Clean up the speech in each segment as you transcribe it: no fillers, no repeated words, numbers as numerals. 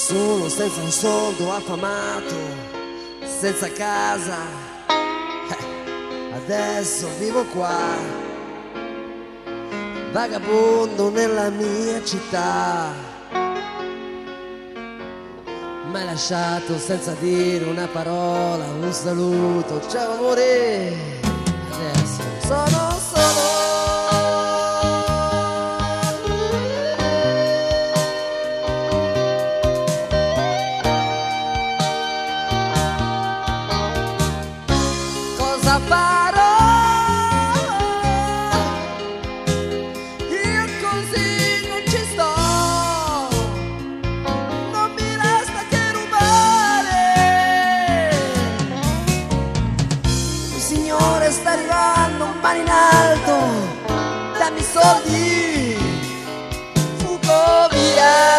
Sono senza un soldo, affamato, senza casa. Adesso vivo qua, vagabondo nella mia città. M'hai lasciato senza dire una parola, un saluto, ciao amore. Adesso sono solo. Cosa farò? Io così non ci sto, non mi resta che rubare. Un signore sta arrivando, mani in alto, dammi i soldi, fugo via.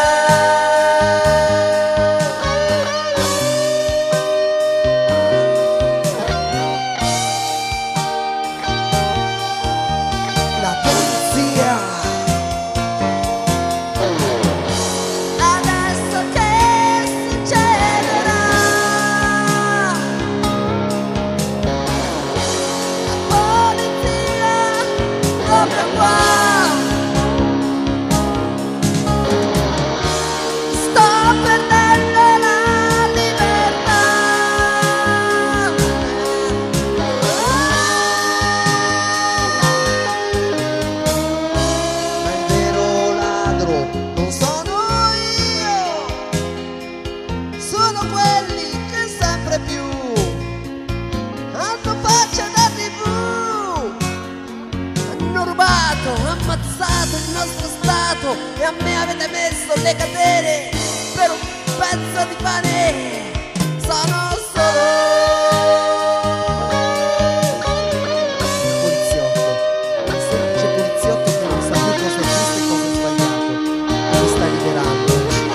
Adesso che succederà? La polizia proprio qua. Sto perdendo la libertà. Ma il vero ladro non sono io, sono quelli che sempre più hanno faccia da TV. Hanno rubato, ammazzato il nostro Stato e a me avete messo le catene per un pezzo di pane. Sono solo poliziotto, un semplice poliziotto che non sa più cosa è giusto e cosa è sbagliato. Mi sta liberando.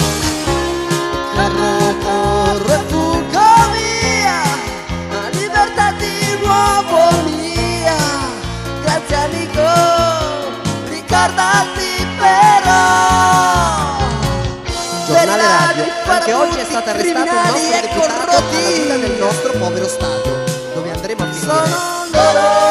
Corro e fuggo via, la libertà di nuovo mia. Grazie amico, ricordati però. Giornale radio, anche oggi è stato arrestato un nostro deputato alla guida del nostro povero Stato. Dove andremo a finire? Sono loro.